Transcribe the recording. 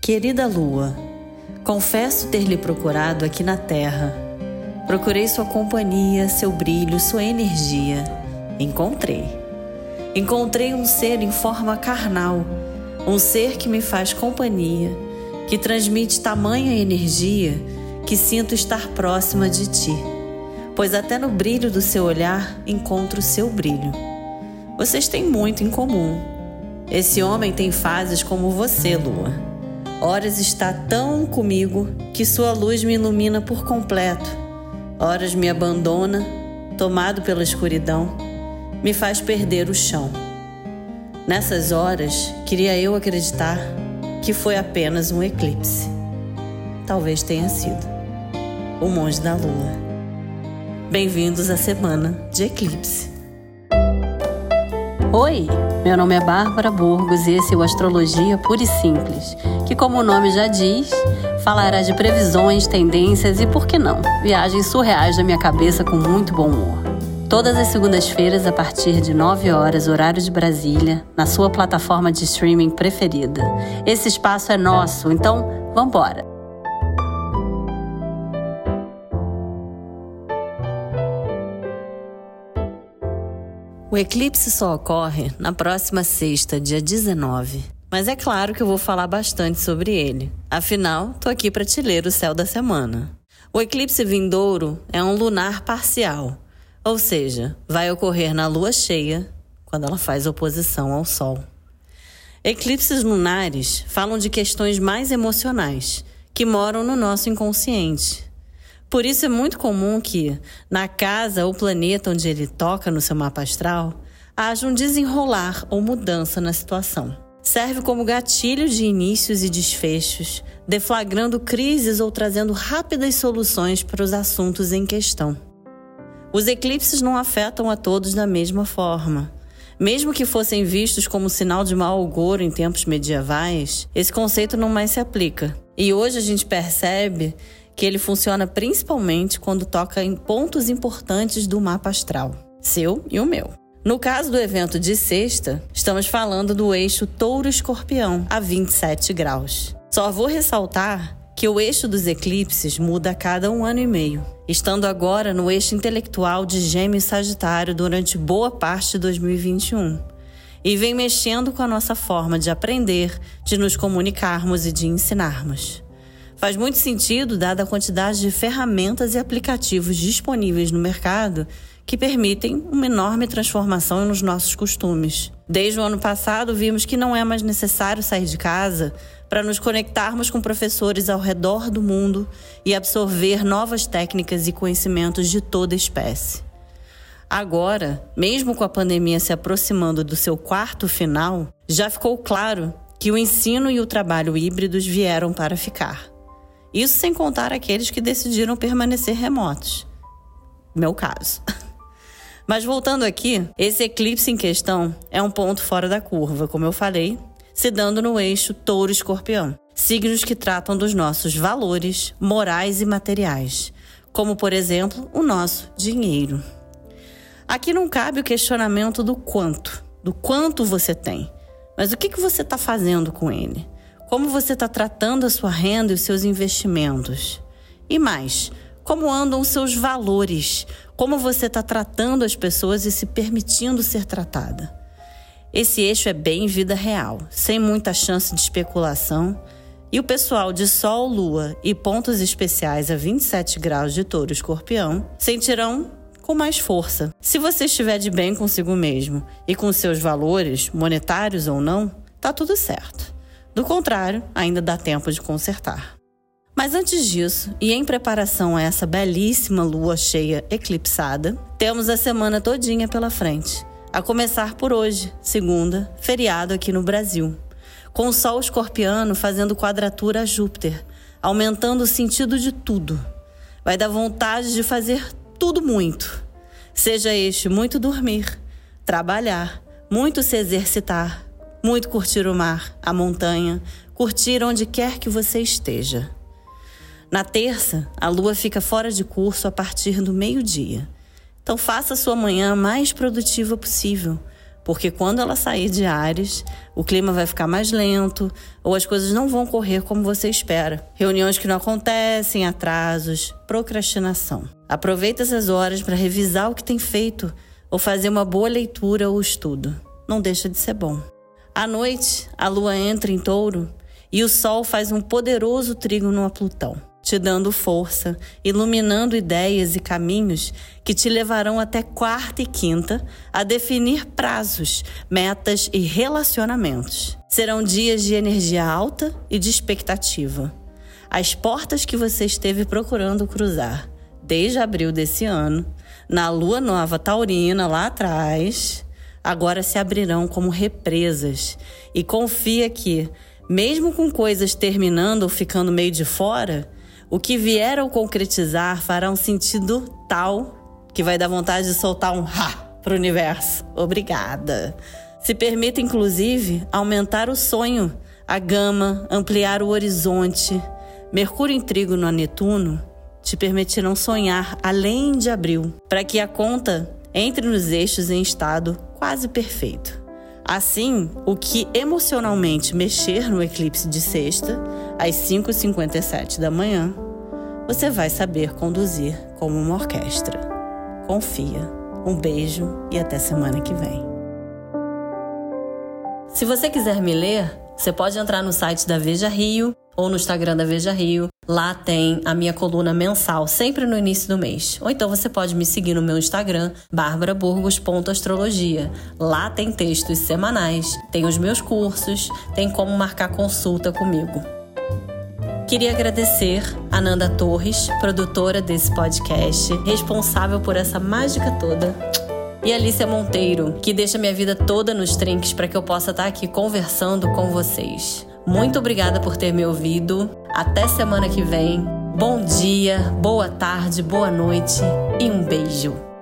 Querida Lua, confesso ter lhe procurado aqui na Terra. Procurei sua companhia, seu brilho, sua energia. Encontrei. Encontrei um ser em forma carnal, um ser que me faz companhia, que transmite tamanha energia que sinto estar próxima de ti, pois até no brilho do seu olhar encontro o seu brilho. Vocês têm muito em comum. Esse homem tem fases como você, Lua. Horas está tão comigo que sua luz me ilumina por completo. Horas me abandona, tomado pela escuridão, me faz perder o chão. Nessas horas, queria eu acreditar que foi apenas um eclipse. Talvez tenha sido o monge da lua. Bem-vindos à semana de eclipse. Oi, meu nome é Bárbara Burgos e esse é o Astrologia Pura e Simples, que, como o nome já diz, falará de previsões, tendências e, por que não, viagens surreais da minha cabeça com muito bom humor. Todas as segundas-feiras, a partir de 9 horas, horário de Brasília, na sua plataforma de streaming preferida. Esse espaço é nosso, então vambora! O eclipse só ocorre na próxima sexta, dia 19. Mas é claro que eu vou falar bastante sobre ele. Afinal, tô aqui para te ler o céu da semana. O eclipse vindouro é um lunar parcial, ou seja, vai ocorrer na lua cheia, quando ela faz oposição ao sol. Eclipses lunares falam de questões mais emocionais, que moram no nosso inconsciente. Por isso é muito comum que, na casa ou planeta onde ele toca no seu mapa astral, haja um desenrolar ou mudança na situação. Serve como gatilho de inícios e desfechos, deflagrando crises ou trazendo rápidas soluções para os assuntos em questão. Os eclipses não afetam a todos da mesma forma. Mesmo que fossem vistos como sinal de mau agouro em tempos medievais, esse conceito não mais se aplica. E hoje a gente percebe que ele funciona principalmente quando toca em pontos importantes do mapa astral, seu e o meu. No caso do evento de sexta, estamos falando do eixo Touro-Escorpião, a 27 graus. Só vou ressaltar que o eixo dos eclipses muda a cada 1 ano e meio, estando agora no eixo intelectual de Gêmeos-Sagitário durante boa parte de 2021, e vem mexendo com a nossa forma de aprender, de nos comunicarmos e de ensinarmos. Faz muito sentido, dada a quantidade de ferramentas e aplicativos disponíveis no mercado que permitem uma enorme transformação nos nossos costumes. Desde o ano passado, vimos que não é mais necessário sair de casa para nos conectarmos com professores ao redor do mundo e absorver novas técnicas e conhecimentos de toda espécie. Agora, mesmo com a pandemia se aproximando do seu quarto final, já ficou claro que o ensino e o trabalho híbridos vieram para ficar. Isso sem contar aqueles que decidiram permanecer remotos. Meu caso. Mas voltando aqui, esse eclipse em questão é um ponto fora da curva, como eu falei, se dando no eixo Touro-Escorpião. Signos que tratam dos nossos valores, morais e materiais, como, por exemplo, o nosso dinheiro. Aqui não cabe o questionamento do quanto você tem, mas o que você está fazendo com ele? Como você está tratando a sua renda e os seus investimentos? E mais, como andam os seus valores? Como você está tratando as pessoas e se permitindo ser tratada? Esse eixo é bem vida real, sem muita chance de especulação. E o pessoal de Sol, Lua e pontos especiais a 27 graus de Touro-Escorpião sentirão com mais força. Se você estiver de bem consigo mesmo e com seus valores, monetários ou não, tá tudo certo. Do contrário, ainda dá tempo de consertar. Mas antes disso, e em preparação a essa belíssima lua cheia eclipsada, temos a semana todinha pela frente. A começar por hoje, segunda, feriado aqui no Brasil, com o Sol escorpiano fazendo quadratura a Júpiter, aumentando o sentido de tudo. Vai dar vontade de fazer tudo muito. Seja este muito dormir, trabalhar, muito se exercitar, muito curtir o mar, a montanha, curtir onde quer que você esteja. Na terça, a lua fica fora de curso a partir do meio-dia. Então faça a sua manhã mais produtiva possível. Porque quando ela sair de Áries, o clima vai ficar mais lento ou as coisas não vão correr como você espera. Reuniões que não acontecem, atrasos, procrastinação. Aproveita essas horas para revisar o que tem feito ou fazer uma boa leitura ou estudo. Não deixa de ser bom. À noite, a lua entra em Touro e o Sol faz um poderoso trígono a Plutão, te dando força, iluminando ideias e caminhos que te levarão até quarta e quinta a definir prazos, metas e relacionamentos. Serão dias de energia alta e de expectativa. As portas que você esteve procurando cruzar desde abril desse ano, na lua nova taurina lá atrás, agora se abrirão como represas. E confia que, mesmo com coisas terminando ou ficando meio de fora, o que vier ao concretizar fará um sentido tal que vai dar vontade de soltar um "ha" pro universo. Obrigada. Se permita, inclusive, aumentar o sonho, a gama, ampliar o horizonte. Mercúrio em trígono a Netuno te permitirão sonhar além de abril, para que a conta entre nos eixos em estado quase perfeito. Assim, o que emocionalmente mexer no eclipse de sexta, às 5h57 da manhã, você vai saber conduzir como uma orquestra. Confia. Um beijo e até semana que vem. Se você quiser me ler, você pode entrar no site da Veja Rio ou no Instagram da Veja Rio. Lá tem a minha coluna mensal, sempre no início do mês. Ou então você pode me seguir no meu Instagram, barbaraburgos.astrologia. Lá tem textos semanais, tem os meus cursos, tem como marcar consulta comigo. Queria agradecer a Nanda Torres, produtora desse podcast, responsável por essa mágica toda. E a Alicia Monteiro, que deixa minha vida toda nos trinques para que eu possa estar aqui conversando com vocês. Muito obrigada por ter me ouvido. Até semana que vem. Bom dia, boa tarde, boa noite e um beijo.